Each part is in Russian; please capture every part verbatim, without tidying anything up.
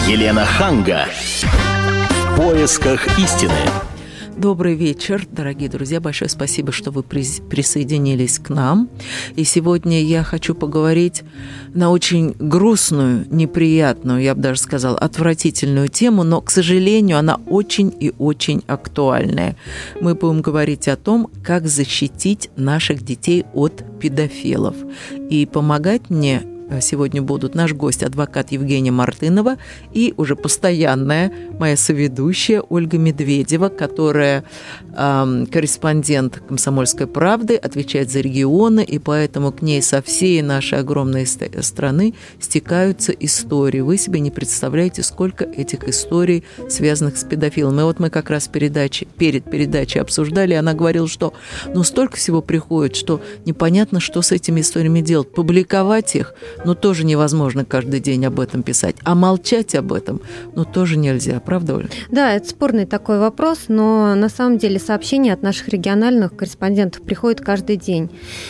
Елена Ханга. В поисках истины. Добрый вечер, дорогие друзья. Большое спасибо, что вы присоединились к нам. И сегодня я хочу поговорить на очень грустную, неприятную, я бы даже сказала, отвратительную тему, но, к сожалению, она очень и очень актуальная. Мы будем говорить о том, как защитить наших детей от педофилов. И помогать мне сегодня будут наш гость, адвокат Евгения Мартынова, и уже постоянная моя соведущая Ольга Медведева, которая э, корреспондент «Комсомольской правды», отвечает за регионы, и поэтому к ней со всей нашей огромной страны стекаются истории. Вы себе не представляете, сколько этих историй, связанных с педофилами. И вот мы как раз передачи, перед передачей обсуждали, и она говорила, что ну, столько всего приходит, что непонятно, что с этими историями делать. Публиковать их, но тоже невозможно каждый день об этом писать. А молчать об этом, ну, тоже нельзя. Правда, Оля? Да, это спорный такой вопрос, но на самом деле сообщения от наших региональных корреспондентов приходят каждый день.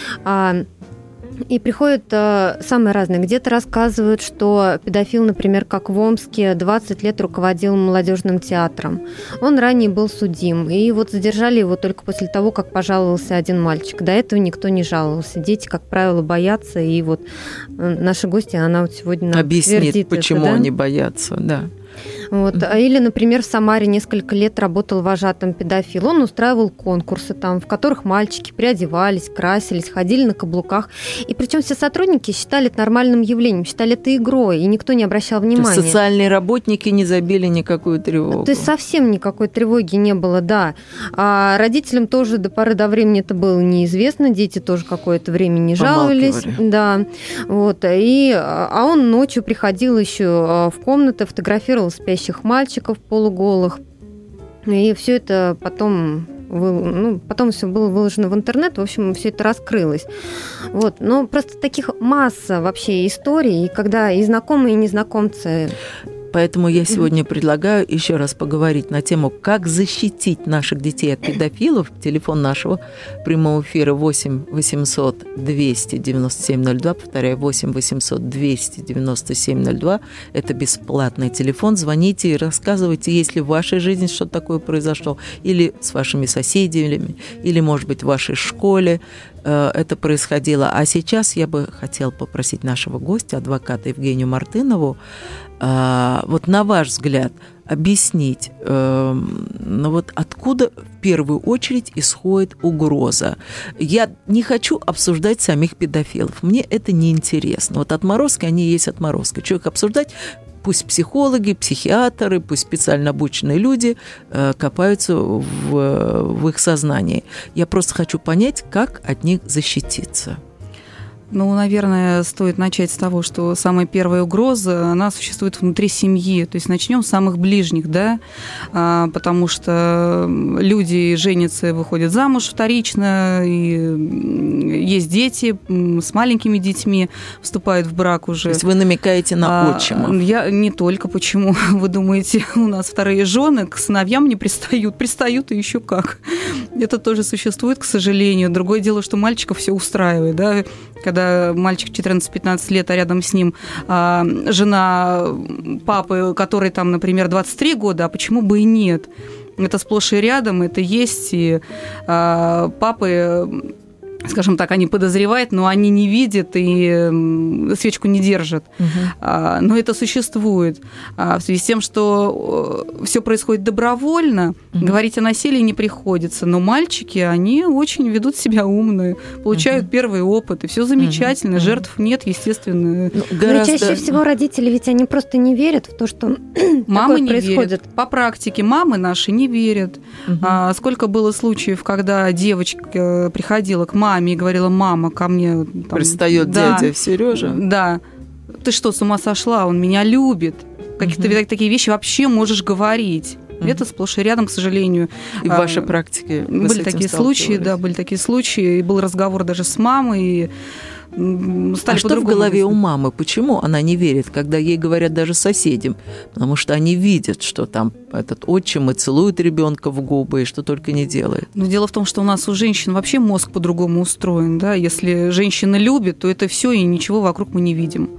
И приходят э, самые разные. Где-то рассказывают, что педофил, например, как в Омске, двадцать лет руководил молодежным театром. Он ранее был судим. И вот задержали его только после того, как пожаловался один мальчик. До этого никто не жаловался. Дети, как правило, боятся. И вот наша гостья, она вот сегодня нам объяснит, почему это, да? они боятся, да. Вот. Или, например, в Самаре несколько лет работал вожатым педофил. Он устраивал конкурсы, там, в которых мальчики приодевались, красились, ходили на каблуках. И причем все сотрудники считали это нормальным явлением, считали это игрой, и никто не обращал внимания. То есть социальные работники не забили никакую тревогу? То есть совсем никакой тревоги не было, да. А родителям тоже до поры до времени это было неизвестно, дети тоже какое-то время не жаловались. Да. Вот. И, а он ночью приходил еще в комнаты, фотографировал спящих мальчиков полуголых. И все это потом, ну, потом все было выложено в интернет, в общем, все это раскрылось. Вот. Но просто таких масса вообще историй, когда и знакомые, и незнакомцы. Поэтому я сегодня предлагаю еще раз поговорить на тему, как защитить наших детей от педофилов. Телефон нашего прямого эфира восемь восемьсот двести девяносто семь ноль два. Повторяю, восемь восемьсот двести девяносто семь ноль два. Это бесплатный телефон. Звоните и рассказывайте, если в вашей жизни что-то такое произошло, или с вашими соседями, или, может быть, в вашей школе это происходило. А сейчас я бы хотела попросить нашего гостя, адвоката Евгению Мартынову, вот на ваш взгляд, объяснить, ну вот откуда в первую очередь исходит угроза. Я не хочу обсуждать самих педофилов, мне это неинтересно. Вот отморозки, они есть отморозки. Что их обсуждать? Пусть психологи, психиатры, пусть специально обученные люди э, копаются в, в их сознании. Я просто хочу понять, как от них защититься. Ну, наверное, стоит начать с того, что самая первая угроза, она существует внутри семьи. То есть начнем с самых ближних, да, а, потому что люди женятся, выходят замуж вторично, и есть дети с маленькими детьми, вступают в брак уже. То есть вы намекаете на отчимов? А, я не только. Почему? Вы думаете, у нас вторые жены к сыновьям не пристают? Пристают и еще как. Это тоже существует, к сожалению. Другое дело, что мальчиков все устраивает, да, когда мальчик четырнадцать-пятнадцать лет, а рядом с ним а, жена папы, который там, например, двадцать три года, а почему бы и нет? Это сплошь и рядом, это есть, и а, папы, скажем так, они подозревают, но они не видят и свечку не держат. Угу. А, но это существует. А, в связи с тем, что все происходит добровольно, угу. говорить о насилии не приходится. Но мальчики, они очень ведут себя умно, получают угу. первый опыт, и все замечательно. Угу. Жертв нет, естественно. Ну, гораздо... Но чаще всего родители ведь они просто не верят в то, что мамы такое не происходит. Верят. По практике мамы наши не верят. Угу. А, сколько было случаев, когда девочка приходила к маме, и говорила: мама, ко мне... Там, пристает да, дядя Сережа. Да. Ты что, с ума сошла? Он меня любит. Какие-то uh-huh. такие вещи вообще можешь говорить. Uh-huh. Это сплошь и рядом, к сожалению. И в вашей практике вы были такие случаи, да, были такие случаи. И был разговор даже с мамой, и стали а что в голове у мамы? Почему она не верит, когда ей говорят даже соседям? Потому что они видят, что там этот отчим и целует ребенка в губы, и что только не делает. Но дело в том, что у нас у женщин вообще мозг по-другому устроен. Да? Если женщина любит, то это все, и ничего вокруг мы не видим.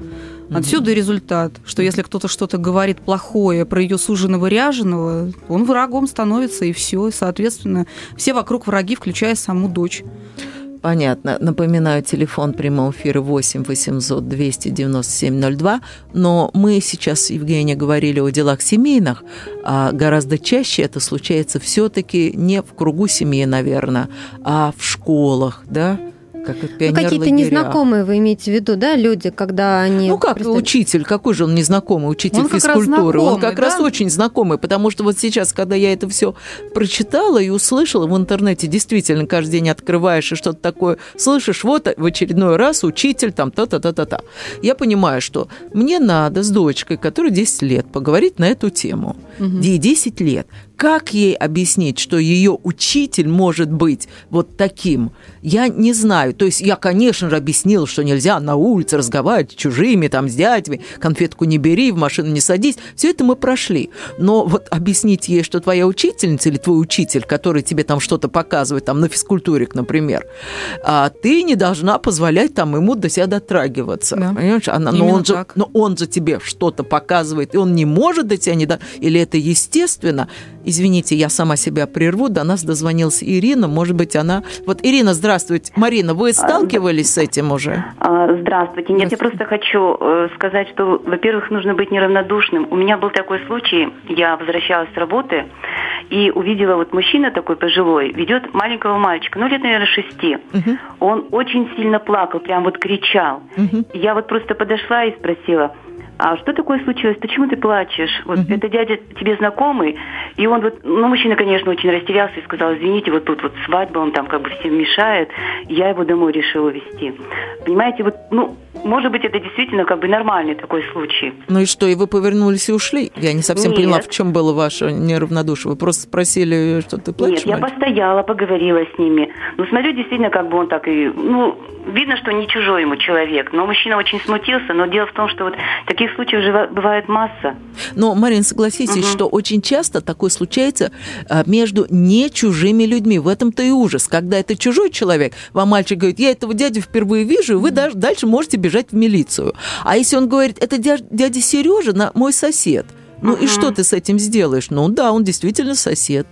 Отсюда и результат, что если кто-то что-то говорит плохое про ее суженого ряженого, он врагом становится, и все. И, соответственно, все вокруг враги, включая саму дочь. Понятно. Напоминаю, телефон прямого эфира восемь восемьсот двести девяносто семь ноль два. Но мы сейчас, Евгения, говорили о делах семейных, а гораздо чаще это случается все-таки не в кругу семьи, наверное, а в школах, да? Как ну, какие-то незнакомые, вы имеете в виду, да, люди, когда они... Ну, как представ... учитель, какой же он незнакомый учитель он физкультуры? Он как да? раз очень знакомый, потому что вот сейчас, когда я это все прочитала и услышала в интернете, действительно, каждый день открываешь и что-то такое слышишь, вот в очередной раз учитель там та-та-та-та-та. Я понимаю, что мне надо с дочкой, которой десять лет, поговорить на эту тему. Угу. Ей десять лет. Как ей объяснить, что ее учитель может быть вот таким? Я не знаю. То есть я, конечно же, объяснила, что нельзя на улице разговаривать с чужими, там, с дядями, конфетку не бери, в машину не садись. Все это мы прошли. Но вот объяснить ей, что твоя учительница или твой учитель, который тебе там что-то показывает, там, на физкультуре, например, а ты не должна позволять там ему до себя дотрагиваться. Да. Понимаешь? Она, но, он же, но он же тебе что-то показывает, и он не может до тебя не до... Или это естественно? Извините, я сама себя прерву. До нас дозвонилась Ирина. Может быть, она... Вот, Ирина, здравствуйте. Марина, вы сталкивались с этим уже? Здравствуйте. Нет, я просто хочу сказать, что, во-первых, нужно быть неравнодушным. У меня был такой случай. Я возвращалась с работы и увидела, вот мужчина такой пожилой, ведет маленького мальчика, ну, лет, наверное, шести. Угу. Он очень сильно плакал, прям вот кричал. Угу. Я вот просто подошла и спросила... А что такое случилось? Почему ты плачешь? Вот uh-huh. это дядя тебе знакомый, и он вот, ну, мужчина, конечно, очень растерялся и сказал, извините, вот тут вот свадьба, он там как бы всем мешает, я его домой решила увезти. Понимаете, вот, ну, может быть, это действительно как бы нормальный такой случай. Ну и что, и вы повернулись и ушли? Я не совсем Нет. поняла, в чем было ваше неравнодушие. Вы просто спросили, что ты плачешь? Нет, я мальчик? постояла, поговорила с ними. Ну, смотрю, действительно, как бы он так и, ну, видно, что не чужой ему человек, но мужчина очень смутился, но дело в том, что вот таких случаев же бывает масса. Но, Марина, согласитесь, угу. что очень часто такое случается между не чужими людьми. В этом-то и ужас. Когда это чужой человек, вам мальчик говорит, я этого дядю впервые вижу, и вы даже дальше можете бежать в милицию. А если он говорит, это дядя, дядя Сережа, мой сосед, ну угу. и что ты с этим сделаешь? Ну да, он действительно сосед.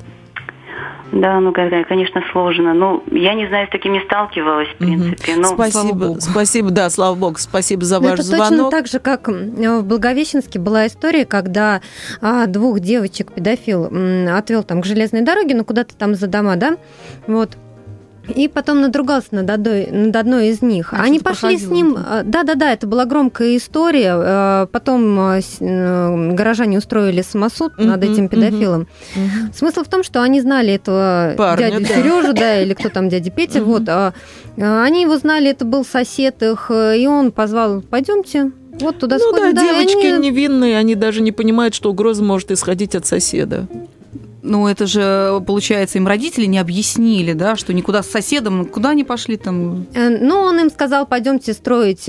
Да, ну, конечно, сложно. Ну, я не знаю, с таким не сталкивалась, в принципе. Но... Спасибо, спасибо, да, слава богу, спасибо за ваш это звонок. Это точно так же, как в Благовещенске была история, когда двух девочек педофил отвел там к железной дороге, ну, куда-то там за дома, да, вот. И потом надругался над одной, над одной из них. А Они пошли с ним... Да-да-да, это была громкая история. Потом горожане устроили самосуд uh-huh, над этим педофилом. Uh-huh. Смысл в том, что они знали этого Парня, дядю да. Сережу, да, или кто там, дядя Петя. Uh-huh. Вот. Они его знали, это был сосед их, и он позвал, пойдемте. Вот туда ну сходим. да, да, девочки они... невинные, они даже не понимают, что угроза может исходить от соседа. Ну, это же, получается, им родители не объяснили, да, что никуда с соседом, куда они пошли там? Ну, он им сказал, пойдемте строить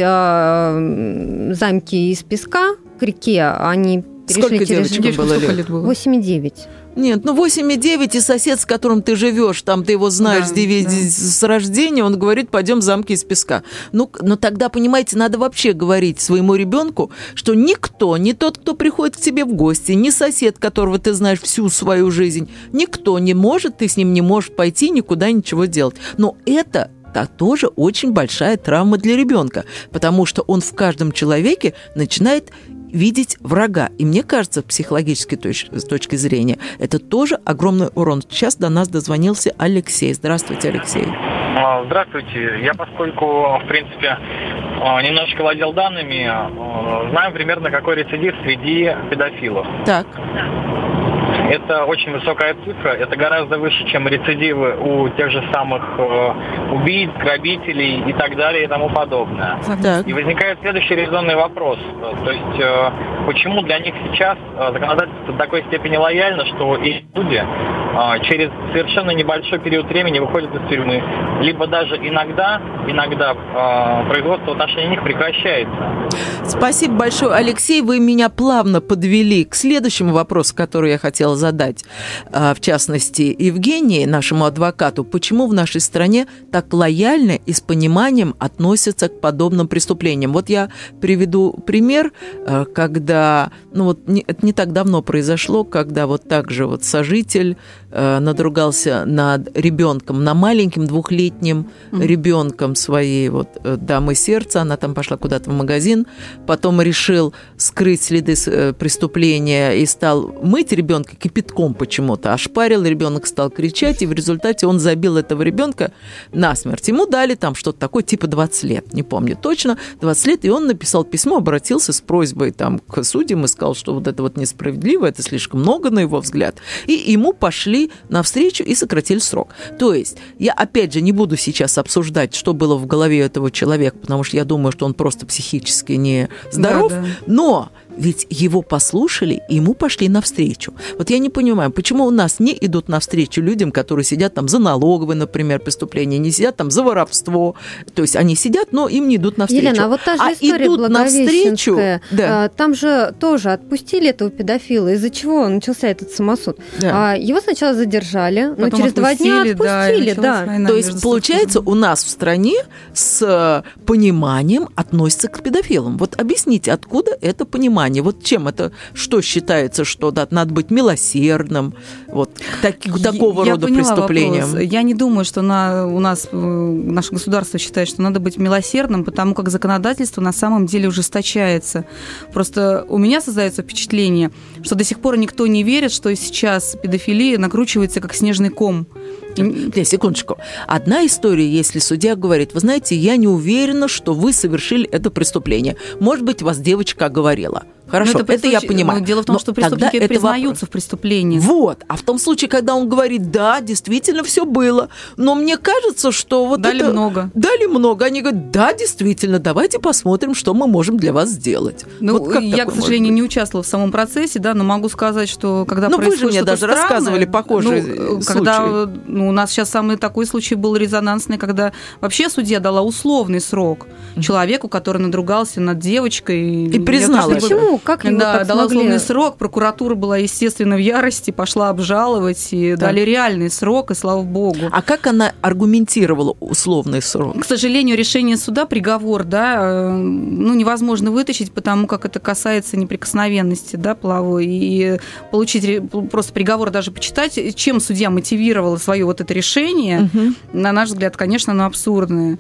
э, замки из песка к реке. Они перешли Сколько через... девочкам было лет? восемь и девять. Нет, ну восемь и девять, и сосед, с которым ты живешь, там ты его знаешь да, с, девять, да. с рождения, он говорит, пойдем в замки из песка. Ну, ну, тогда, понимаете, надо вообще говорить своему ребенку, что никто, ни тот, кто приходит к тебе в гости, ни сосед, которого ты знаешь всю свою жизнь, никто не может, ты с ним не можешь пойти никуда ничего делать. Но это... Это тоже очень большая травма для ребенка, потому что он в каждом человеке начинает видеть врага. И мне кажется, с психологической точ- с точки зрения, это тоже огромный урон. Сейчас до нас дозвонился Алексей. Здравствуйте, Алексей. Здравствуйте. Я, поскольку, в принципе, немножечко владел данными, знаю примерно, какой рецидив среди педофилов. Так. Это очень высокая цифра, это гораздо выше, чем рецидивы у тех же самых э, убийц, грабителей и так далее и тому подобное. Так. И возникает следующий резонный вопрос. То есть, э, почему для них сейчас э, законодательство до такой степени лояльно, что эти люди э, через совершенно небольшой период времени выходят из тюрьмы, либо даже иногда, иногда э, производство в отношении них прекращается. Спасибо большое, Алексей. Вы меня плавно подвели к следующему вопросу, который я хотела хотела задать, в частности, Евгении, нашему адвокату, почему в нашей стране так лояльно и с пониманием относятся к подобным преступлениям. Вот я приведу пример, когда, ну вот не, это не так давно произошло, когда вот так же вот сожитель э, надругался над ребенком, на маленьким двухлетним mm-hmm. ребенком своей вот э, дамы сердца, она там пошла куда-то в магазин, потом решил скрыть следы э, преступления и стал мыть ребенка кипятком почему-то, ошпарил, ребенок стал кричать, и в результате он забил этого ребенка насмерть. Ему дали там что-то такое, типа двадцать лет, не помню точно, двадцать лет, и он написал письмо, обратился с просьбой там к судьям и сказал, что вот это вот несправедливо, это слишком много, на его взгляд. И ему пошли навстречу и сократили срок. То есть я, опять же, не буду сейчас обсуждать, что было в голове этого человека, потому что я думаю, что он просто психически не здоров, да, да. но ведь его послушали, и ему пошли навстречу. Вот я не понимаю, почему у нас не идут навстречу людям, которые сидят там за налоговые, например, преступления, не сидят там за воровство. То есть они сидят, но им не идут навстречу. Елена, а вот та же а история идут навстречу, да. Там же тоже отпустили этого педофила, из-за чего начался этот самосуд. Да. Его сначала задержали, но через два дня отпустили. Да, да. То есть, получается, у нас в стране с пониманием относятся к педофилам. Вот объясните, откуда это понимание? Вот чем это, что считается, что да, надо быть милосердным, вот так, такого я рода преступлениям? Вопрос. Я не думаю, что на, у нас наше государство считает, что надо быть милосердным, потому как законодательство на самом деле ужесточается. Просто у меня создается впечатление, что до сих пор никто не верит, что сейчас педофилия накручивается как снежный ком. Нет, секундочку. Одна история, если судья говорит, вы знаете, я не уверена, что вы совершили это преступление. Может быть, вас девочка оговорила. Хорошо, это, это я понимаю. Но дело в том, но что преступники это признаются вопрос. в преступлении. Вот. А в том случае, когда он говорит, да, действительно, все было, но мне кажется, что вот дали это... много. Дали много. Они говорят, да, действительно, давайте посмотрим, что мы можем для вас сделать. Ну, вот я, к сожалению, не участвовала в самом процессе, да, но могу сказать, что когда ну, происходит вы же мне даже странное, рассказывали похожие ну, случаи. Когда, ну, у нас сейчас самый такой случай был резонансный, когда вообще судья дала условный срок mm-hmm. человеку, который надругался над девочкой. И признала. Почему? Как его да, так дала смогли? условный срок, прокуратура была, естественно, в ярости, пошла обжаловать, и да. дали реальный срок, и слава богу. А как она аргументировала условный срок? К сожалению, решение суда, приговор, да, ну, невозможно вытащить, потому как это касается неприкосновенности, да, половой, и получить просто приговор, даже почитать, чем судья мотивировала свое вот это решение, угу. на наш взгляд, конечно, оно абсурдное.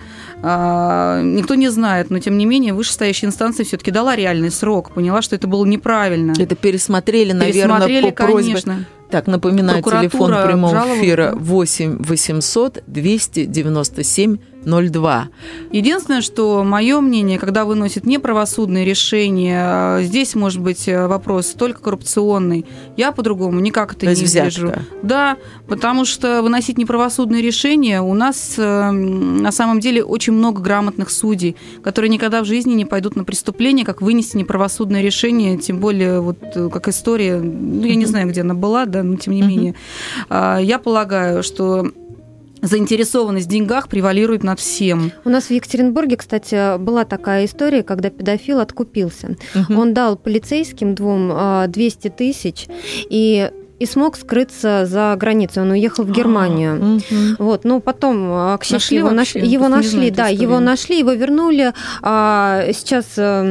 А, никто не знает, но, тем не менее, вышестоящая инстанция все-таки дала реальный срок, поняла, что это было неправильно. Это пересмотрели, наверное, пересмотрели, по просьбе. Конечно. Так, напоминаю, телефон прямого эфира восемь восемьсот двести девяносто семь ноль два. Единственное, что мое мнение, когда выносят неправосудные решения, здесь может быть вопрос только коррупционный. Я по-другому никак это не вижу. Да, потому что выносить неправосудные решения у нас на самом деле очень много грамотных судей, которые никогда в жизни не пойдут на преступление, как вынести неправосудное решение, тем более вот как история, ну, я не знаю, где она была, да, но тем не менее. Я полагаю, что заинтересованность в деньгах превалирует над всем. У нас в Екатеринбурге, кстати, была такая история, когда педофил откупился. Угу. Он дал полицейским двум двести тысяч и и смог скрыться за границей. Он уехал в Германию. Mm-hmm. Вот, но потом, к счастью, его нашли. Его нашли, да, его нашли, его вернули. Сейчас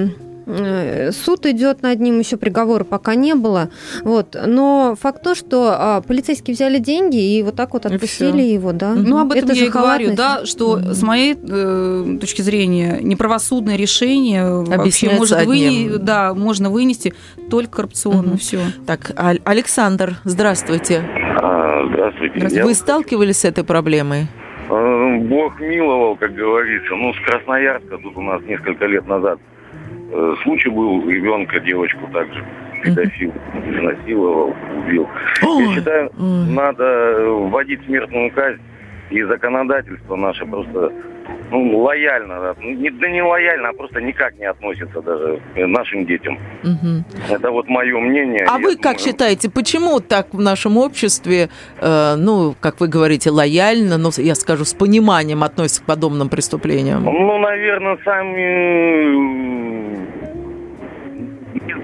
суд идет над ним, еще приговора пока не было. Вот. Но факт то, что а, полицейские взяли деньги и вот так вот отпустили его. Да? Ну, об этом это я и говорю, да, что mm-hmm. с моей э, точки зрения неправосудное решение вообще может выне... да, можно вынести только коррупционно. Mm-hmm. Все. Так, Александр, здравствуйте. А, здравствуйте. Здравствуйте. Вы сталкивались с этой проблемой? Бог миловал, как говорится. Ну, с Красноярска тут у нас несколько лет назад случай был, ребенка, девочку также педофил изнасиловал, убил. Oh. Я считаю, mm. надо вводить смертную казнь, и законодательство наше просто ну, лояльно, не, да не лояльно, а просто никак не относится даже к нашим детям. Mm-hmm. Это вот мое мнение. А вы думаю, как считаете, почему так в нашем обществе, э, ну, как вы говорите, лояльно, но я скажу, с пониманием относятся к подобным преступлениям? Ну, наверное, сами...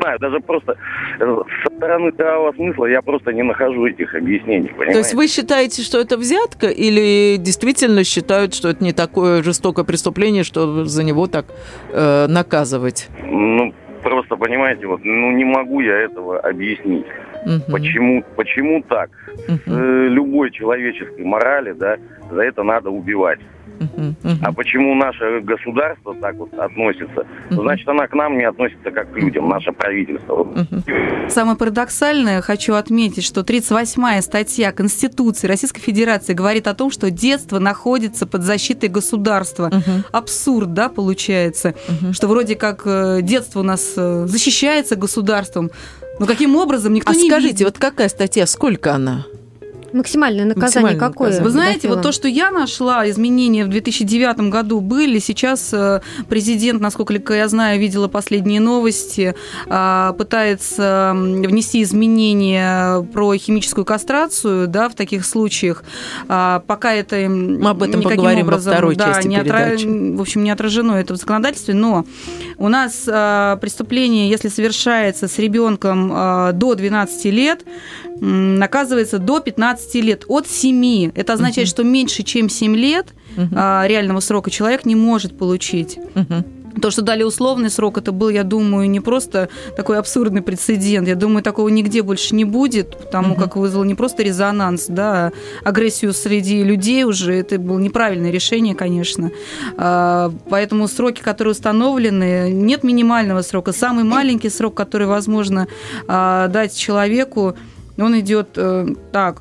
знаю, даже просто со стороны здравого смысла я просто не нахожу этих объяснений, понимаете? То есть вы считаете, что это взятка, или действительно считают, что это не такое жестокое преступление, что за него так э, наказывать? Ну, просто, понимаете, вот, ну, не могу я этого объяснить. Uh-huh. Почему, почему так? Uh-huh. С э, любой человеческой морали, да, за это надо убивать. Uh-huh. Uh-huh. А почему наше государство так вот относится? Uh-huh. Значит, она к нам не относится как к людям, наше правительство. Uh-huh. Самое парадоксальное, хочу отметить, что тридцать восьмая статья Конституции Российской Федерации говорит о том, что детство находится под защитой государства. Uh-huh. Абсурд, да, получается, uh-huh. что вроде как детство у нас защищается государством, но каким образом никто а не видит. А скажите, вот какая статья, сколько она? Максимальное наказание Максимальное какое? Наказание. Вы знаете, вот то, что я нашла, изменения в две тысячи девятом году были. Сейчас президент, насколько я знаю, видела последние новости, пытается внести изменения про химическую кастрацию, да, в таких случаях. Пока это мы об этом никаким поговорим образом, во второй да, части не передачи. Отра... В общем, не отражено это в законодательстве, но у нас преступление, если совершается с ребенком до двенадцати лет, наказывается до пятнадцати лет, от семи. Это означает, uh-huh. что меньше, чем семь лет uh-huh. а, реального срока человек не может получить. Uh-huh. То, что дали условный срок, это был, я думаю, не просто такой абсурдный прецедент. Я думаю, такого нигде больше не будет, потому uh-huh. как вызвало не просто резонанс, да, агрессию среди людей уже. Это было неправильное решение, конечно. А, поэтому сроки, которые установлены, нет минимального срока. Самый маленький срок, который возможно а, дать человеку, он идет э, так,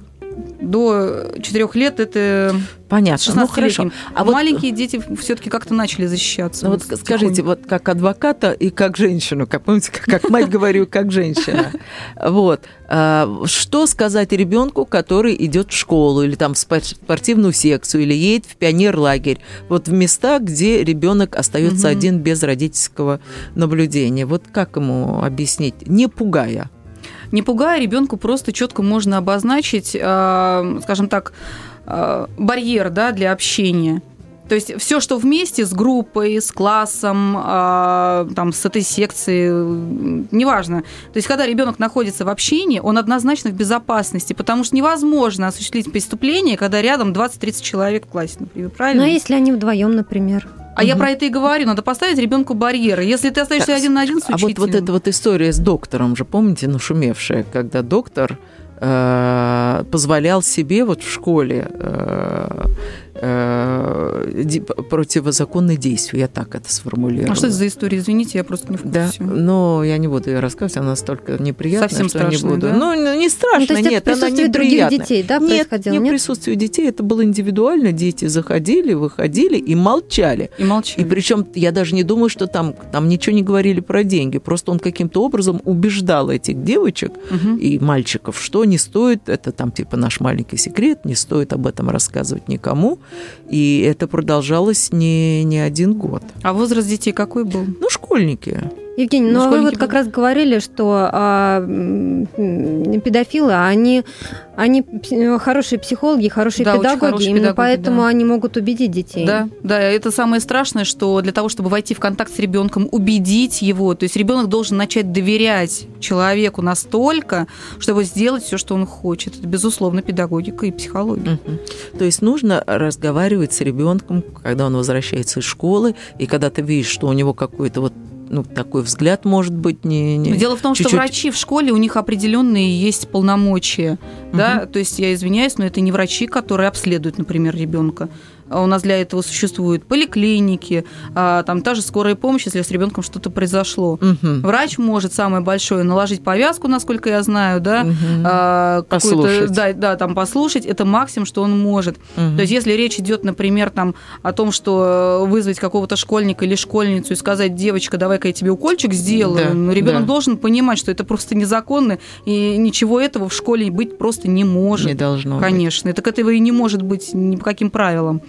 до четырех лет, это понятно. Ну, хорошо. А вот маленькие дети все-таки как-то начали защищаться. Ну, вот скажите, вот как адвоката и как женщину, как, помните, как, как мать говорю, как женщина. Вот. Что сказать ребенку, который идет в школу или там в спортивную секцию, или едет в пионерлагерь, вот в места, где ребенок остается угу. один без родительского наблюдения? Вот как ему объяснить, не пугая? Не пугая, ребенку просто четко можно обозначить, скажем так, барьер, да, для общения. То есть все, что вместе с группой, с классом, там, с этой секцией, неважно. То есть когда ребенок находится в общении, он однозначно в безопасности, потому что невозможно осуществить преступление, когда рядом двадцать-тридцать человек в классе, например, правильно? Ну, а если они вдвоем, например? А угу. я про это и говорю. Надо поставить ребенку барьеры. Если ты остаешься так, один на один с учителем... А вот, вот эта вот история с доктором же, помните, нашумевшая, когда доктор э, позволял себе вот в школе э, э, противозаконные действия, я так это сформулирую. А что это за история? Извините, я просто не в курсе. Да, но я не буду ее рассказывать, она настолько неприятная, совсем что страшная, не буду. Да? Ну, не страшно, ну, то есть нет, это она неприятная. других детей, да, нет, происходило? Не нет, в присутствии детей, это было индивидуально, дети заходили, выходили и молчали. И молчали. И причем я даже не думаю, что там, там ничего не говорили про деньги, просто он каким-то образом убеждал этих девочек угу. и мальчиков, что не стоит, это там типа наш маленький секрет, не стоит об этом рассказывать никому. И это продолжалось не, не один год. А возраст детей какой был? Ну, школьники. Евгений, ну, ну вы вот были? Как раз говорили, что а, педофилы, они, они хорошие психологи, хорошие да, педагоги, именно педагоги, поэтому да. они могут убедить детей. Да, да, это самое страшное, что для того, чтобы войти в контакт с ребенком, убедить его, то есть ребенок должен начать доверять человеку настолько, чтобы сделать все, что он хочет. Это, безусловно, педагогика и психология. Угу. То есть нужно разговаривать с ребенком, когда он возвращается из школы, и когда ты видишь, что у него какой-то вот ну, такой взгляд, может быть, не... не... Дело в том, чуть-чуть... что врачи в школе, у них определенные есть полномочия. Угу. Да? То есть я извиняюсь, но это не врачи, которые обследуют, например, ребенка. У нас для этого существуют поликлиники, там та же скорая помощь, если с ребенком что-то произошло. Угу. Врач может самое большое наложить повязку, насколько я знаю, да, угу. послушать. Да, да, там послушать, это максимум, что он может. Угу. То есть если речь идет, например, там, о том, что вызвать какого-то школьника или школьницу и сказать: девочка, давай-ка я тебе укольчик сделаю, да, ребенок да. должен понимать, что это просто незаконно, и ничего этого в школе быть просто не может. Не должно Конечно. быть. Так этого и не может быть ни по каким правилам.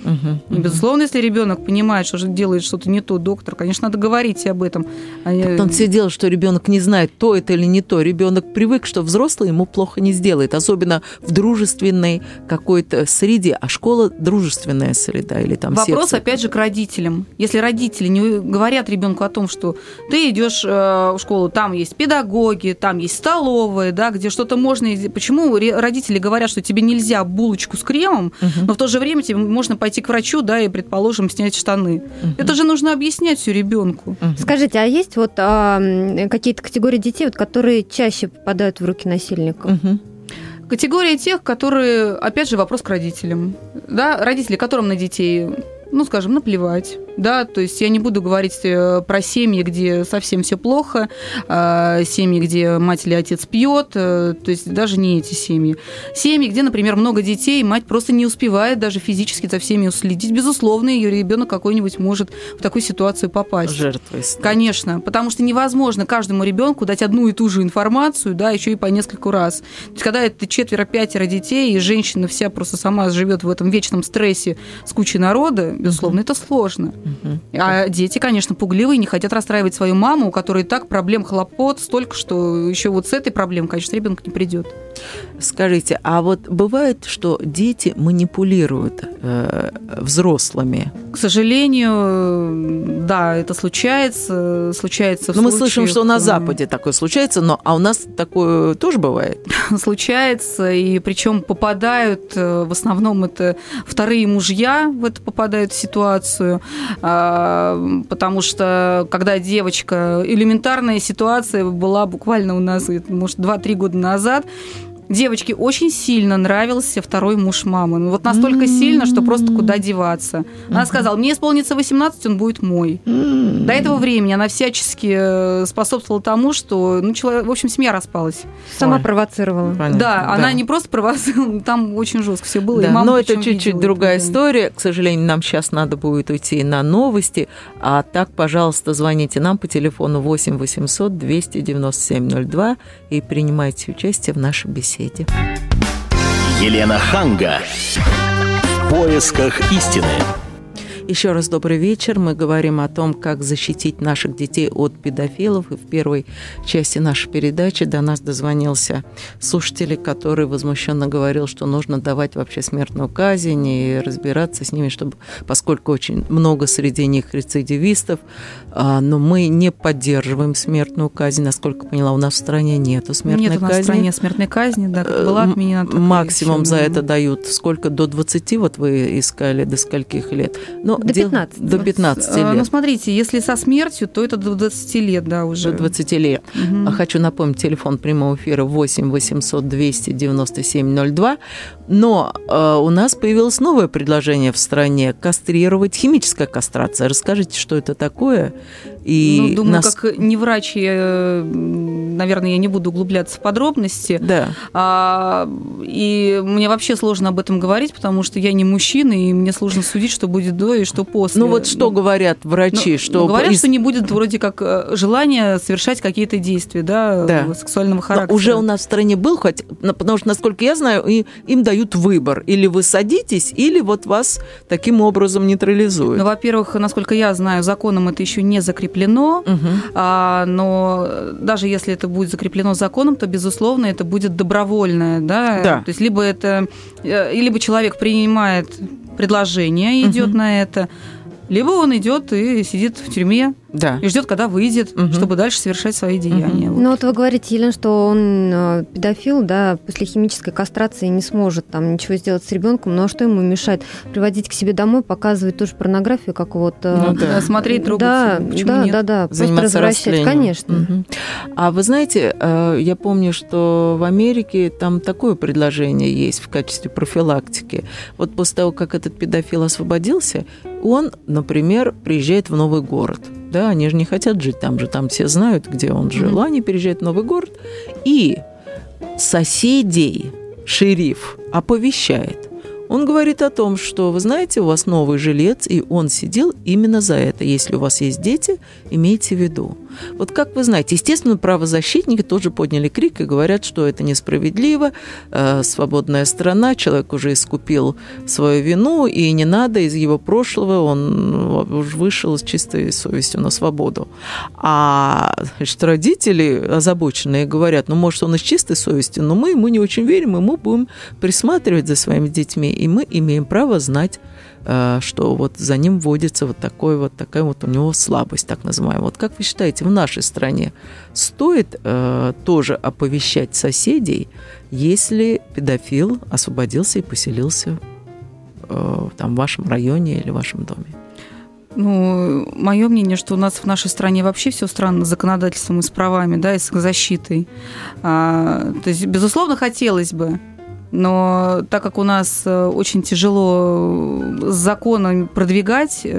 Угу. И, безусловно, если ребенок понимает, что делает что-то не то, доктор, конечно, надо говорить об этом. Так он все дело, что ребенок не знает, то это или не то. Ребенок привык, что взрослый ему плохо не сделает, особенно в дружественной какой-то среде. А школа дружественная среда или там Вопрос, секция. опять же, к родителям. Если родители не говорят ребенку о том, что ты идешь в школу, там есть педагоги, там есть столовая, да, где что-то можно... Почему родители говорят, что тебе нельзя булочку с кремом, угу. но в то же время тебе можно пойти к врачу, да, и, предположим, снять штаны. Угу. Это же нужно объяснять все ребенку. Угу. Скажите, а есть вот а, какие-то категории детей, вот, которые чаще попадают в руки насильников? Угу. Категория тех, которые, опять же, вопрос к родителям. Да, родители, которым на детей, ну, скажем, наплевать. Да, то есть я не буду говорить про семьи, где совсем все плохо, семьи, где мать или отец пьет, то есть даже не эти семьи. Семьи, где, например, много детей, мать просто не успевает даже физически за всеми уследить. Безусловно, ее ребенок какой-нибудь может в такую ситуацию попасть. Жертвой. Конечно, потому что невозможно каждому ребенку дать одну и ту же информацию, да, еще и по нескольку раз. То есть когда это четверо-пятеро детей, и женщина вся просто сама живет в этом вечном стрессе с кучей народа, безусловно, mm-hmm. это сложно. Uh-huh. А дети, конечно, пугливые, не хотят расстраивать свою маму, у которой и так проблем, хлопот столько, что еще вот с этой проблемой, конечно, ребенок не придет. Скажите, а вот бывает, что дети манипулируют э, взрослыми? К сожалению, да, это случается, случается. Но мы слышим, что на Западе такое случается, но а у нас такое тоже бывает? Случается, и причем попадают, в основном это вторые мужья в это попадают в ситуацию. Потому что, когда девочка... Элементарная ситуация была буквально у нас, может, два-три года назад. Девочке очень сильно нравился второй муж мамы. Ну, вот настолько mm-hmm. сильно, что просто куда деваться. Она mm-hmm. сказала, мне исполнится восемнадцать, он будет мой. Mm-hmm. До этого времени она всячески способствовала тому, что, ну, человек, в общем, семья распалась. Сама Ой. провоцировала. Понятно. Да, да, она не просто провоцировала, там очень жестко все было. Да, и мама но это чуть-чуть другая история. К сожалению, нам сейчас надо будет уйти на новости. А так, пожалуйста, звоните нам по телефону восемь восемьсот двести девяносто семь ноль два и принимайте участие в нашей беседе. Елена Ханга. В поисках истины. Еще раз добрый вечер. Мы говорим о том, как защитить наших детей от педофилов. И в первой части нашей передачи до нас дозвонился слушатель, который возмущенно говорил, что нужно давать вообще смертную казнь и разбираться с ними, чтобы, поскольку очень много среди них рецидивистов, но мы не поддерживаем смертную казнь. Насколько поняла, у нас в стране нету смертной Нет казни. Нет у нас в стране смертной казни, да, как была отменена. Максимум за это дают сколько? До двадцати, вот вы искали, до скольких лет? Но до пятнадцати. До пятнадцати лет. Ну, смотрите, если со смертью, то это до двадцати лет, да, уже. До двадцати лет. Угу. Хочу напомнить, телефон прямого эфира восемь восемьсот двести девяносто семь ноль два. Но э, у нас появилось новое предложение в стране – кастрировать, химическая кастрация. Расскажите, что это такое? И ну, думаю, нас... как не врач, я, наверное, я не буду углубляться в подробности. Да. А, и мне вообще сложно об этом говорить, потому что я не мужчина, и мне сложно судить, что будет до и что после. Ну вот что ну, говорят врачи? Ну, что ну, говорят, из... что не будет вроде как желания совершать какие-то действия, да, да. сексуального характера. Но уже у нас в стране был, хоть, потому что, насколько я знаю, им дают выбор. Или вы садитесь, или вот вас таким образом нейтрализуют. Ну, во-первых, насколько я знаю, законом это еще не закреплено. Угу. А, но даже если это будет закреплено законом, то, безусловно, это будет добровольное. Да? Да. То есть либо, это, либо человек принимает предложение и идет угу. на это, либо он идет и сидит в тюрьме. Да. И ждет, когда выйдет, угу. чтобы дальше совершать свои деяния. Угу. Вот. Ну вот вы говорите, Елена, что он педофил, да, после химической кастрации не сможет там ничего сделать с ребенком, но что ему мешает? Приводить к себе домой, показывать тоже порнографию какого-то. Ну, да. Смотреть, трогаться. Да, почему да, нет? да, да, просто заниматься развращать, конечно. Угу. А вы знаете, я помню, что в Америке там такое предложение есть в качестве профилактики. Вот после того, как этот педофил освободился, он, например, приезжает в новый город. Да, они же не хотят жить там же, там все знают, где он жил. Mm-hmm. Они переезжают в новый город, и соседей шериф оповещает. Он говорит о том, что, вы знаете, у вас новый жилец, и он сидел именно за это. Если у вас есть дети, имейте в виду. Вот как вы знаете, естественно, правозащитники тоже подняли крик и говорят, что это несправедливо, э, свободная страна, человек уже искупил свою вину, и не надо из его прошлого, он уже вышел с чистой совестью на свободу. А значит, родители озабоченные говорят, ну, может, он и с чистой совестью, но мы ему не очень верим, и мы будем присматривать за своими детьми, и мы имеем право знать, что вот за ним вводится вот, такой, вот такая вот у него слабость, так называемая. Вот как вы считаете, в нашей стране стоит э, тоже оповещать соседей, если педофил освободился и поселился э, там, в вашем районе или в вашем доме? Ну, мое мнение, что у нас в нашей стране вообще все странно с законодательством и с правами, да, и с защитой. А, то есть, безусловно, хотелось бы. Но так как у нас очень тяжело с законом продвигать,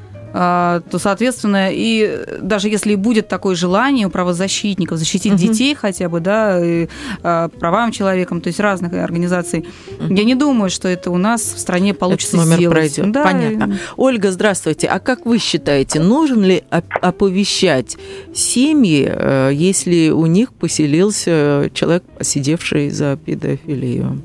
то, соответственно, и даже если будет такое желание у правозащитников защитить uh-huh. детей хотя бы, да, и, а, правам человеком, то есть разных организаций, uh-huh. я не думаю, что это у нас в стране получится Этот номер сделать. Пройдет. Да. Понятно. Ольга, здравствуйте. А как вы считаете, нужно ли оповещать семьи, если у них поселился человек, сидевший за педофилию?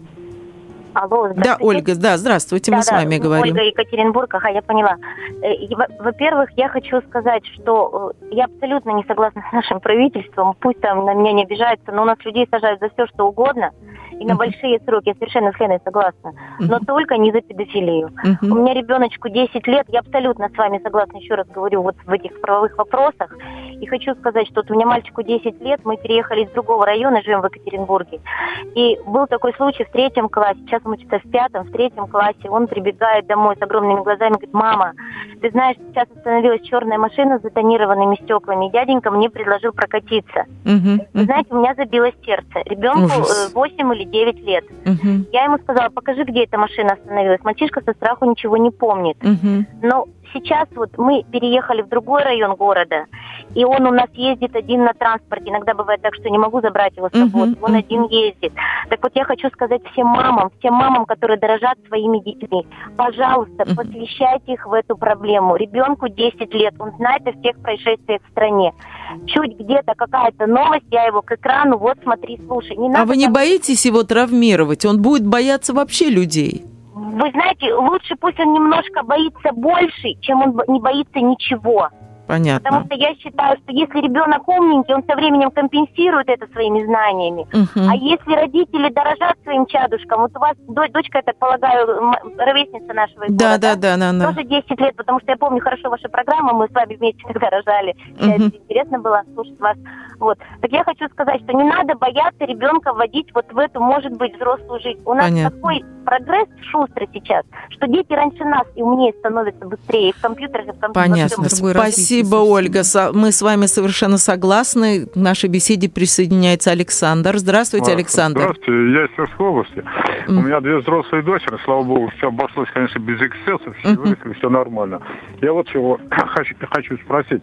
Алло, да, Ольга, да, здравствуйте, да, мы да, с вами говорим. Ольга, Екатеринбург, ага, я поняла. Во-первых, я хочу сказать, что я абсолютно не согласна с нашим правительством, пусть там на меня не обижаются, но у нас людей сажают за все, что угодно, и на uh-huh. большие сроки, я совершенно с Леной согласна, uh-huh. но только не за педофилию. Uh-huh. У меня ребеночку десять лет, я абсолютно с вами согласна, еще раз говорю, вот в этих правовых вопросах, и хочу сказать, что вот у меня мальчику десять лет, мы переехали из другого района, живем в Екатеринбурге, и был такой случай в третьем классе, сейчас он учится в пятом, в третьем классе, он прибегает домой с огромными глазами, говорит: мама, ты знаешь, сейчас остановилась черная машина с затонированными стеклами, и дяденька мне предложил прокатиться. Uh-huh. Вы знаете, у меня забилось сердце. Ребенку восемь или девять лет. Uh-huh. Я ему сказала: покажи, где эта машина остановилась. Мальчишка со страху ничего не помнит. Uh-huh. Но сейчас вот мы переехали в другой район города, и он у нас ездит один на транспорте. Иногда бывает так, что не могу забрать его с собой. Uh-huh. Он один ездит. Так вот, я хочу сказать всем мамам, всем мамам, которые дорожат своими детьми, пожалуйста, uh-huh. посвящайте их в эту проблему. Ребенку десять лет, он знает о всех происшествиях в стране. Чуть где-то какая-то новость, я его к экрану, вот смотри, слушай. Не надо а вы не там... боитесь его травмировать? Он будет бояться вообще людей. Вы знаете, лучше пусть он немножко боится больше, чем он не боится ничего. Понятно. Потому что я считаю, что если ребенок умненький, он со временем компенсирует это своими знаниями. Uh-huh. А если родители дорожат своим чадушкам, вот у вас дочка, я так полагаю, ровесница нашего да, города, да, да, да, да. тоже десять лет, потому что я помню хорошо вашу программу, мы с вами вместе тогда рожали. Uh-huh. Интересно было слушать вас. Вот. Так я хочу сказать, что не надо бояться ребенка вводить вот в эту, может быть, взрослую жизнь. У нас Понятно. Такой прогресс шустрый сейчас, что дети раньше нас и умнее становятся быстрее и в компьютерах, и в компьютерах. Понятно. Спасибо, Ольга. Мы с вами совершенно согласны. К нашей беседе присоединяется Александр. Здравствуйте, Александр. Здравствуйте, я из Тверской области. Mm. У меня две взрослые дочери, слава богу, все обошлось, конечно, без эксцессов, все mm-hmm. выросли, все нормально. Я вот чего хочу, хочу спросить.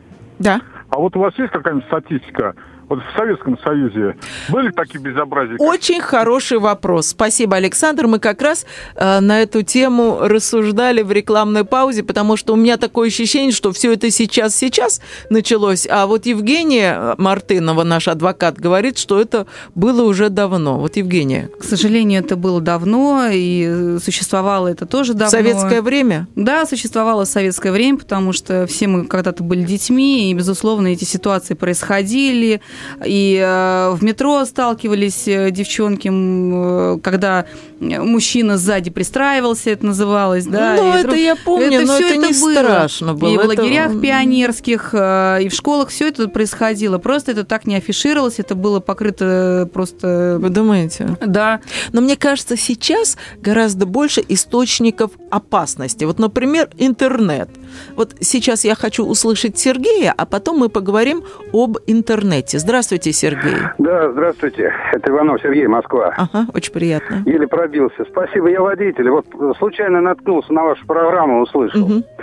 Да. А вот у вас есть какая-нибудь статистика? Вот в Советском Союзе были такие безобразия? Очень хороший вопрос. Спасибо, Александр. Мы как раз э, на эту тему рассуждали в рекламной паузе, потому что у меня такое ощущение, что все это сейчас-сейчас началось, а вот Евгения Мартынова, наш адвокат, говорит, что это было уже давно. Вот, Евгения. К сожалению, это было давно, и существовало это тоже давно. В советское время? Да, существовало в советское время, потому что все мы когда-то были детьми, и, безусловно, эти ситуации происходили. И э, в метро сталкивались девчонки, э, когда мужчина сзади пристраивался, это называлось, да. Ну, и это я помню, это но это, это не было. Страшно было. И в это... лагерях пионерских, э, и в школах все это происходило. Просто это так не афишировалось, это было покрыто просто... Вы думаете? Да. Но мне кажется, сейчас гораздо больше источников опасности. Вот, например, интернет. Вот сейчас я хочу услышать Сергея, а потом мы поговорим об интернете. Здравствуйте, Сергей. Да, здравствуйте. Это Иванов Сергей, Москва. Ага, очень приятно. Еле пробился. Спасибо, я водитель. Вот случайно наткнулся на вашу программу, услышал. Угу.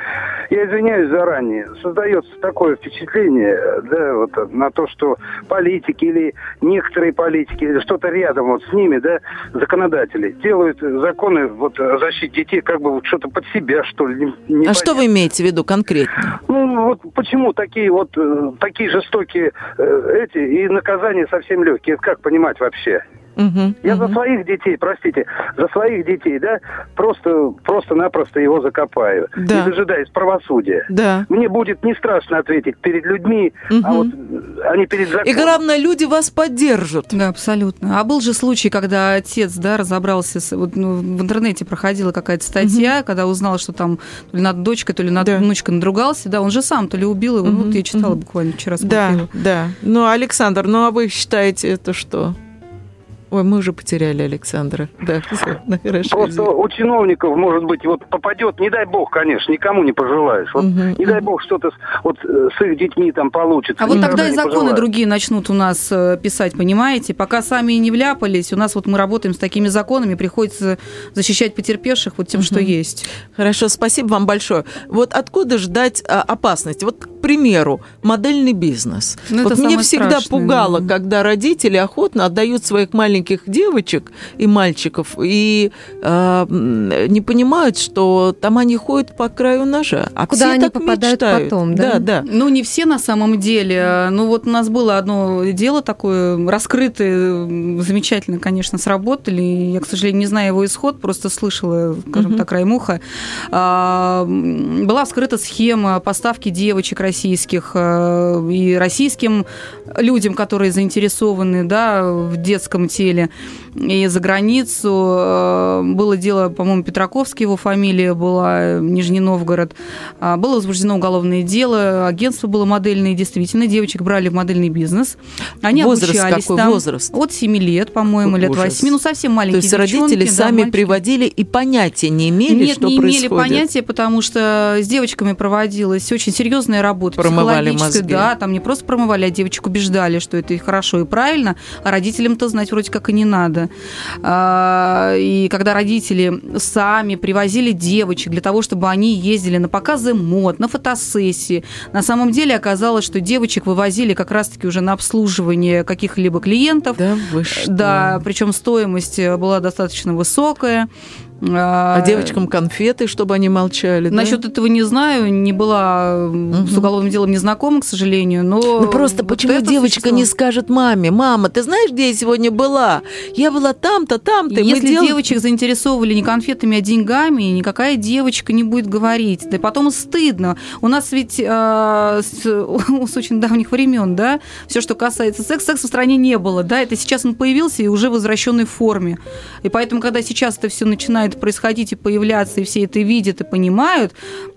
я извиняюсь заранее, создается такое впечатление, да, вот на то, что политики или некоторые политики, или что-то рядом вот с ними, да, законодатели, делают законы вот о защите детей как бы вот что-то под себя, что ли. Не, а что вы имеете в виду конкретно? Ну, вот почему такие вот, такие жестокие эти, и наказания совсем легкие, как понимать вообще? Угу, Я угу. за своих детей, простите, за своих детей, да, просто, просто-напросто его закопаю, да. не дожидаясь правосудия. Да. Мне будет не страшно ответить перед людьми, угу. а вот они перед законом. И главное, люди вас поддержат. Да, абсолютно. А был же случай, когда отец, да, разобрался, с, вот, ну, в интернете проходила какая-то статья, угу. когда узнал, что там то ли над дочкой, то ли над да. внучкой надругался, да, он же сам то ли убил его, угу. вот я читала угу. буквально вчера. Да, да. Ну, Александр, ну а вы считаете это что? Ой, мы уже потеряли Александра. Да, все, ну, хорошо. Просто извините. у чиновников, может быть, вот попадет, не дай бог, конечно, никому не пожелаешь. Вот, угу, не угу. дай бог, что-то вот с их детьми там получится. А вот тогда и законы пожелаю. другие начнут у нас писать, понимаете? Пока сами не вляпались, у нас вот мы работаем с такими законами, приходится защищать потерпевших вот тем, угу. что есть. Хорошо, спасибо вам большое. Вот откуда ждать а, опасности? Вот, к примеру, модельный бизнес. Ну, вот мне всегда страшное, пугало, да. когда родители охотно отдают своих маленьких девочек и мальчиков и э, не понимают, что там они ходят по краю ножа. А куда все они так попадают мечтают. потом, да? Да, да. Ну, не все на самом деле. Ну, вот у нас было одно дело такое, раскрытое, замечательно, конечно, сработали. Я, к сожалению, не знаю его исход, просто слышала, скажем uh-huh. так, краем уха. Была вскрыта схема поставки девочек российских и российским людям, которые заинтересованы, да, в детском теле, и за границу. Было дело, по-моему, Петраковский, его фамилия была, Нижний Новгород. Было возбуждено уголовное дело, агентство было модельное, действительно, девочек брали в модельный бизнес. Они возраст обучались какой? там Возраст? от семи лет, по-моему, лет восьми, ну, совсем маленькие девчонки. То есть родители да, сами мальчики. приводили и понятия не имели, Нет, что не происходит? Нет, не имели понятия, потому что с девочками проводилась очень серьезная работа. Промывали психологическая. мозги. Да, там не просто промывали, а девочек убеждали, что это и хорошо, и правильно, а родителям-то знать вроде как и не надо. И когда родители сами привозили девочек для того, чтобы они ездили на показы мод, на фотосессии, на самом деле оказалось, что девочек вывозили как раз-таки уже на обслуживание каких-либо клиентов. Да, вы что? Да, причем стоимость была достаточно высокая. А девочкам конфеты, чтобы они молчали, да? Насчет этого не знаю, не была угу. с уголовным делом не знакома, к сожалению, но... Ну просто вот почему девочка существо... не скажет маме: мама, ты знаешь, где я сегодня была? Я была там-то, там-то. Если дел... девочек заинтересовывали не конфетами, а деньгами, никакая девочка не будет говорить. Да и потом стыдно. У нас ведь э, с, с очень давних времен, да, все, что касается секса, секса в стране не было, да, это сейчас он появился и уже в возвращенной форме. И поэтому, когда сейчас это все начинает происходить и появляться, и все это видят и понимают,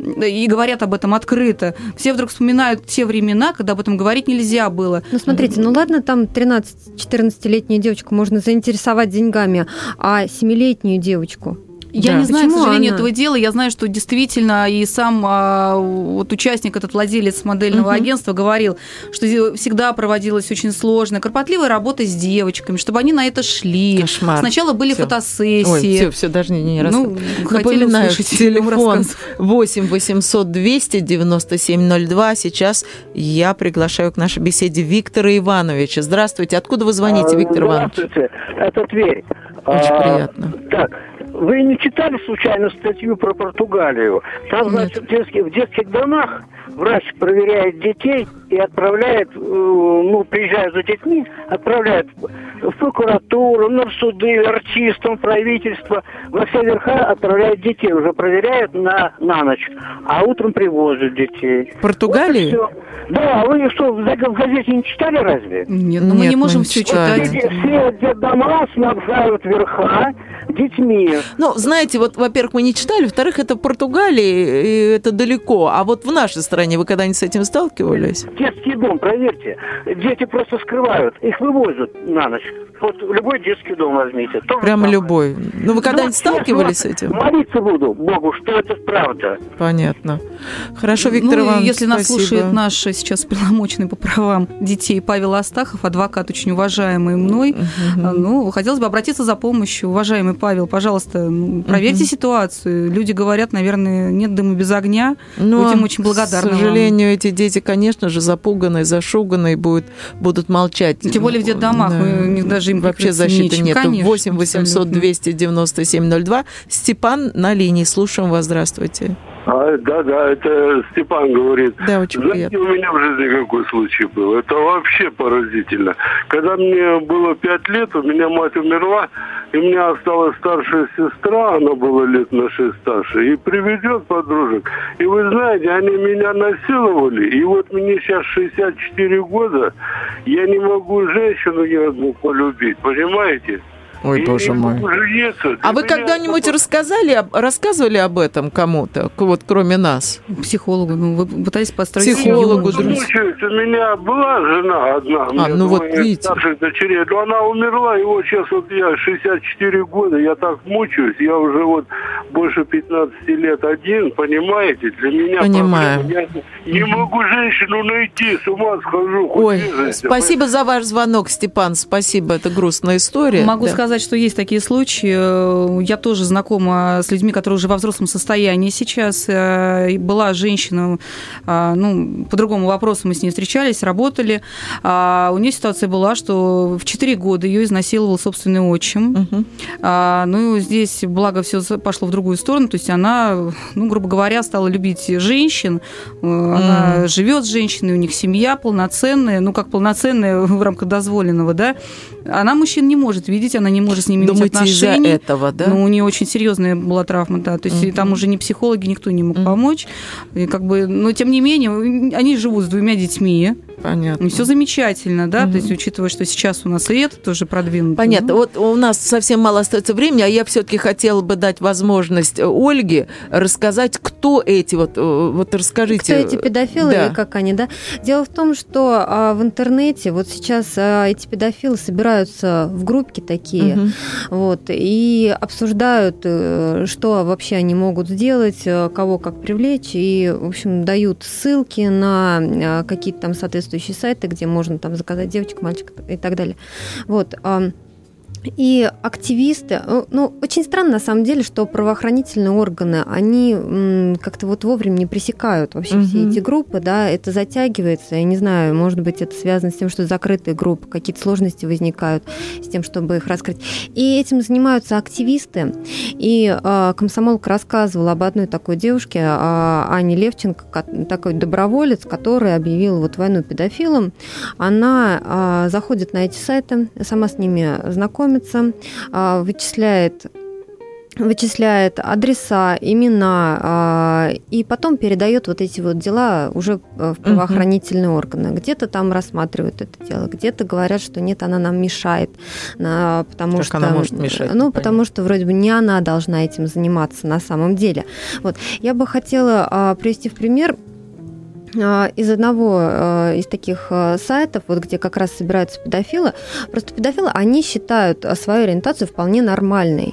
и говорят об этом открыто, все вдруг вспоминают те времена, когда об этом говорить нельзя было. Ну, смотрите, ну ладно, там тринадцати-четырнадцатилетнюю девочку можно заинтересовать деньгами, а семилетнюю девочку... Я да. не знаю, Почему к сожалению, она? этого дела. Я знаю, что действительно и сам а, вот участник, этот владелец модельного uh-huh. агентства говорил, что всегда проводилась очень сложная, кропотливая работа с девочками, чтобы они на это шли. Кошмар. Сначала были всё. фотосессии. Ой, все, все, даже не, не раз. Ну, напоминаю, телефон восемь восемьсот двести девяносто семь ноль два. Сейчас я приглашаю к нашей беседе Виктора Ивановича. Здравствуйте. Откуда вы звоните, Виктор Иванович? Здравствуйте. Это Тверь. Очень а, приятно. Так, вы не читали случайно статью про Португалию? Там, значит, в детских, в детских домах врач проверяет детей и отправляет, ну, приезжая за детьми, отправляет в прокуратуру, на суды, артистам, правительство, во все верха отправляет детей, уже проверяют на, на ночь, а утром привозят детей. В Португалии? Вот да, вы что, в газете не читали разве? Нет, но Нет, мы не можем все читать. Все, все детдома снабжают верха детьми. Ну, знаете, вот, во-первых, мы не читали, во-вторых, это в Португалии, и это далеко. А вот в нашей стране вы когда-нибудь с этим сталкивались? Детский дом, проверьте. Дети просто скрывают. Их вывозят на ночь. Вот любой детский дом возьмите. Прямо самое. Любой. Ну, вы когда-нибудь ну, сталкивались с этим? Молиться буду Богу, что это правда. Понятно. Хорошо, Виктор ну, Иванович, если спасибо. Нас слушает наш сейчас полномочный по правам детей Павел Астахов, адвокат, очень уважаемый мной, uh-huh. ну, хотелось бы обратиться за помощью. Уважаемый Павел, Павел, пожалуйста, проверьте угу. ситуацию. Люди говорят, наверное, нет дыма без огня. Но, будем очень благодарны. К сожалению, вам. Эти дети, конечно же, запуганные, зашуганные будут, будут молчать. Тем более в детдомах, да. мы даже им вообще защиты нет. восемь восемьсот абсолютно. двести девяносто семь ноль два. Степан на линии. Слушаем вас. Здравствуйте. А, да, да, это Степан говорит. Да, очень Знаете, приятно. у меня в жизни какой случай был. Это вообще поразительно. Когда мне было пять лет, у меня мать умерла, и у меня осталась старшая сестра, она была лет на шесть старше, и приведет подружек. И вы знаете, они меня насиловали, и вот мне сейчас шестьдесят четыре года, я не могу женщину ни одну полюбить, понимаете? Ой, боже мой. А вы когда-нибудь рассказали, рассказывали об этом кому-то, вот кроме нас? Психологу, ну вы пытались построить... Психологу, друзья. У меня была жена одна, а, ну вот видите. старших дочерей, но она умерла, и вот сейчас вот я шестьдесят четыре года, я так мучаюсь, я уже вот больше пятнадцати лет один, понимаете, для меня Понимаю. проблема. Я не могу женщину найти, с ума схожу. Ой, спасибо за ваш звонок, Степан, спасибо, это грустная история. Могу да. сказать, что есть такие случаи. Я тоже знакома с людьми, которые уже во взрослом состоянии сейчас. Была женщина, ну, по другому вопросу мы с ней встречались, работали. У нее ситуация была, что в четыре года ее изнасиловал собственный отчим. Угу. Ну, здесь, благо, все пошло в другую сторону. То есть она, ну, грубо говоря, стала любить женщин. Она mm. живет с женщиной, у них семья полноценная, ну, как полноценная в рамках дозволенного, да. Она мужчин не может видеть, она не может с ними Думаете, иметь отношений. из-за этого, да? Ну, у нее очень серьезная была травма, да. То есть mm-hmm. там уже ни психологи, никто не мог mm-hmm. помочь. И как бы, но тем не менее, они живут с двумя детьми. Понятно. И все замечательно, да, mm-hmm. то есть учитывая, что сейчас у нас и это тоже продвинуто. Понятно. Ну. Вот у нас совсем мало остается времени, а я все-таки хотела бы дать возможность Ольге рассказать, кто эти вот, вот расскажите. Кто эти педофилы да. и как они, да? Дело в том, что а, в интернете вот сейчас а, эти педофилы собираются в группки такие, mm-hmm. вот, и обсуждают, что вообще они могут сделать, кого как привлечь, и, в общем, дают ссылки на какие-то там соответствующие сайты, где можно там заказать девочек, мальчиков и так далее. Вот. И активисты, ну, очень странно на самом деле, что правоохранительные органы, они м, как-то вот вовремя не пресекают вообще mm-hmm. все эти группы, да, это затягивается, я не знаю, может быть, это связано с тем, что закрытые группы, какие-то сложности возникают с тем, чтобы их раскрыть. И этим занимаются активисты, и э, комсомолка рассказывала об одной такой девушке, э, Ане Левченко, такой доброволец, который объявил вот войну педофилам. Она э, заходит на эти сайты, сама с ними знакомится, вычисляет, вычисляет адреса, имена, и потом передает вот эти вот дела уже в правоохранительные uh-huh. органы. Где-то там рассматривают это дело, где-то говорят, что нет, она нам мешает, потому как что, она может мешать? Ну, потому что вроде бы не она должна этим заниматься на самом деле. Вот. Я бы хотела привести в пример из одного из таких сайтов, вот где как раз собираются педофилы. Просто педофилы, они считают свою ориентацию вполне нормальной.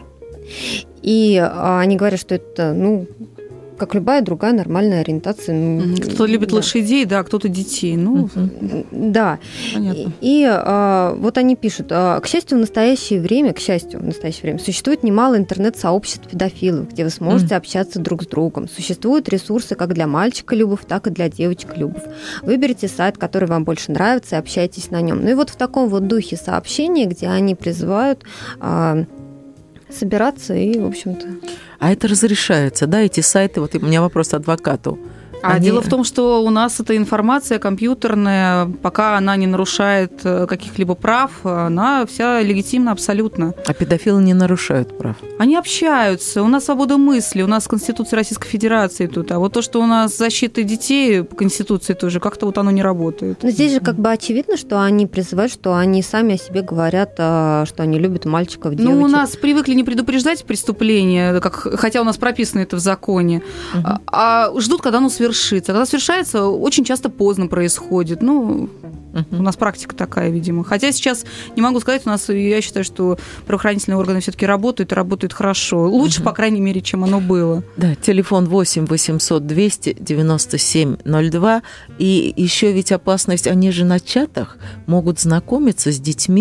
И они говорят, что это, ну, как любая другая нормальная ориентация. Кто-то любит да. лошадей, да, кто-то детей. Ну, uh-huh. Да. Понятно. И, и а, вот они пишут, а, к счастью, в настоящее время, к счастью, в настоящее время существует немало интернет-сообществ педофилов, где вы сможете uh-huh. общаться друг с другом. Существуют ресурсы как для мальчика-любов, так и для девочек-любов. Выберите сайт, который вам больше нравится, и общайтесь на нем. Ну и вот в таком вот духе сообщения, где они призывают а, собираться и, в общем-то... А это разрешается, да, эти сайты? Вот у меня вопрос адвокату. А Они... дело в том, что у нас эта информация компьютерная, пока она не нарушает каких-либо прав, она вся легитимна абсолютно. А педофилы не нарушают прав? Они общаются, у нас свобода мысли, у нас Конституция Российской Федерации тут, а вот то, что у нас защита детей по Конституции тоже, как-то вот оно не работает. Но здесь же как бы очевидно, что они призывают, что они сами о себе говорят, что они любят мальчиков, девочек. Ну, у нас привыкли не предупреждать преступления, как, хотя у нас прописано это в законе, угу. а, а ждут, когда оно свершится. Когда совершается, очень часто поздно происходит. Ну, uh-huh. у нас практика такая, видимо. Хотя сейчас не могу сказать, у нас, я считаю, что правоохранительные органы все-таки работают и работают хорошо. Лучше, uh-huh. по крайней мере, чем оно было. Да, телефон восемь восемьсот двести девяносто семь ноль два. И еще ведь опасность, они же на чатах могут знакомиться с детьми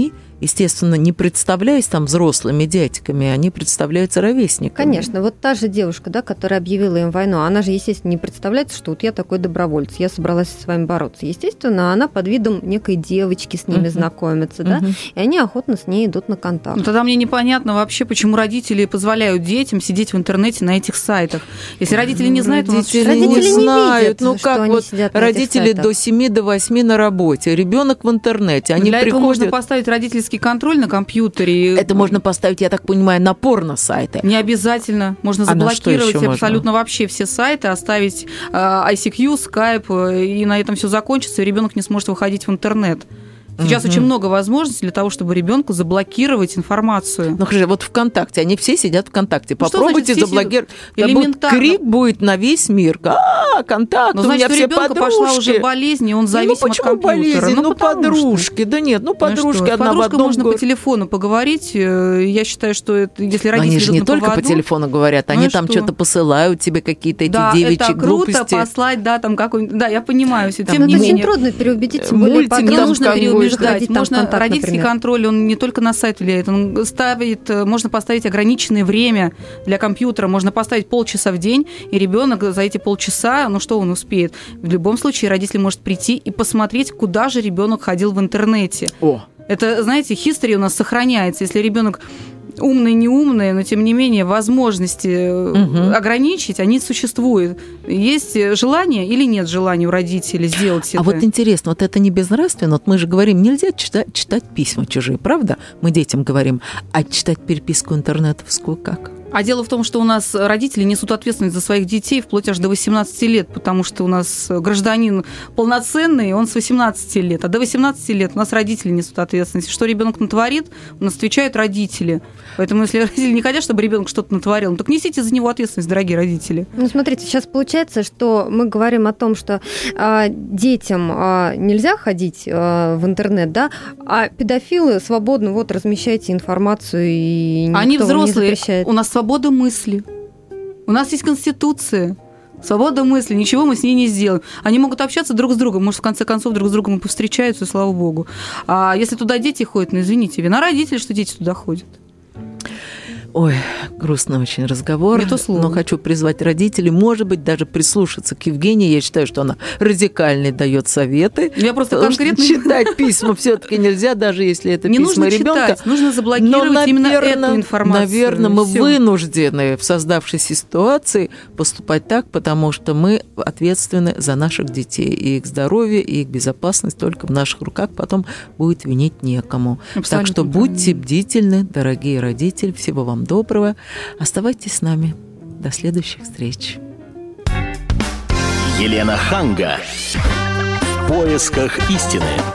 естественно, не представляясь там взрослыми дядьками, они представляются ровесниками. Конечно, вот та же девушка, да, которая объявила им войну, она же, естественно, не представляется, что вот я такой добровольец, я собралась с вами бороться. Естественно, она под видом некой девочки с ними uh-huh. знакомится, uh-huh. да, и они охотно с ней идут на контакт. Ну, тогда мне непонятно вообще, почему родители позволяют детям сидеть в интернете на этих сайтах. Если родители не знают, родители, у нас родители не, не знают. Видят, ну как вот родители до семи, до восьми на работе, ребенок в интернете, они Для приходят... этого можно поставить родительский контроль на компьютере. Это можно поставить, я так понимаю, на порно-сайты. Не обязательно. Можно заблокировать а абсолютно можно? Вообще все сайты, оставить ай си кью, Skype, и на этом все закончится, и ребенок не сможет выходить в интернет. Сейчас mm-hmm. очень много возможностей для того, чтобы ребенку заблокировать информацию. Ну, хорошо, вот ВКонтакте, они все сидят ВКонтакте. Ну, Попробуйте заблокировать. Элементарно. Крик будет на весь мир. А, контакт, ну, у значит, меня все подружки. Пошла уже болезнь, и он зависим ну, от компьютера. Болезнь? Ну, ну подружки. Что? Да нет, ну, подружки ну, одна в одном. можно говорит. по телефону поговорить. Я считаю, что это, если родители они же не только поводу, по телефону говорят, они ну, там что? что-то посылают тебе, какие-то эти да, девичьи глупости. Да, это круто послать, да, там какой-нибудь... Да, я понимаю. Тем там, не это менее... очень трудно переубедить, тем более Не нужно переубеждать. Можно контакт, родительский например. контроль, он не только на сайт влияет, он ставит, можно поставить ограниченное время для компьютера, можно поставить полчаса в день, и ребенок за эти полчаса, ну что он успеет? В любом случае родитель может прийти и посмотреть, куда же ребенок ходил в интернете. О. Это, знаете, history у нас сохраняется. Если ребенок умные, неумные, но тем не менее возможности угу. ограничить, они существуют. Есть желание или нет желания у родителей сделать это? А вот интересно, вот это не безнравственно? Вот мы же говорим, нельзя читать, читать письма чужие, правда? Мы детям говорим, а читать переписку интернетовскую как? А дело в том, что у нас родители несут ответственность за своих детей вплоть аж до восемнадцати лет, потому что у нас гражданин полноценный, он с восемнадцати лет, а до восемнадцати лет у нас родители несут ответственность. Что ребенок натворит, у нас отвечают родители. Поэтому если родители не хотят, чтобы ребенок что-то натворил, ну, так несите за него ответственность, дорогие родители. Ну, смотрите, сейчас получается, что мы говорим о том, что а, детям а, нельзя ходить а, в интернет, да, а педофилы свободно вот размещайте информацию, и никто Они взрослые, вам не запрещает. У нас свобода мысли. У нас есть Конституция. Свобода мысли, ничего мы с ней не сделаем. Они могут общаться друг с другом, может, в конце концов, друг с другом и повстречаются, и слава богу. А если туда дети ходят, ну, извините, вина родителей, что дети туда ходят. Ой, грустный очень разговор, но хочу призвать родителей, может быть, даже прислушаться к Евгении. Я считаю, что она радикальные дает советы. Я просто конкретно... Читать письма все-таки нельзя, даже если это не письма ребенка. Читать, нужно заблокировать но, наверное, именно эту информацию. Наверное, мы Всё. вынуждены в создавшейся ситуации поступать так, потому что мы ответственны за наших детей. И их здоровье, и их безопасность только в наших руках. Потом будет винить некому. Абсолютно так что правильно. будьте бдительны, дорогие родители. Всего вам доброго. Оставайтесь с нами. До следующих встреч. Елена Ханга. В поисках истины.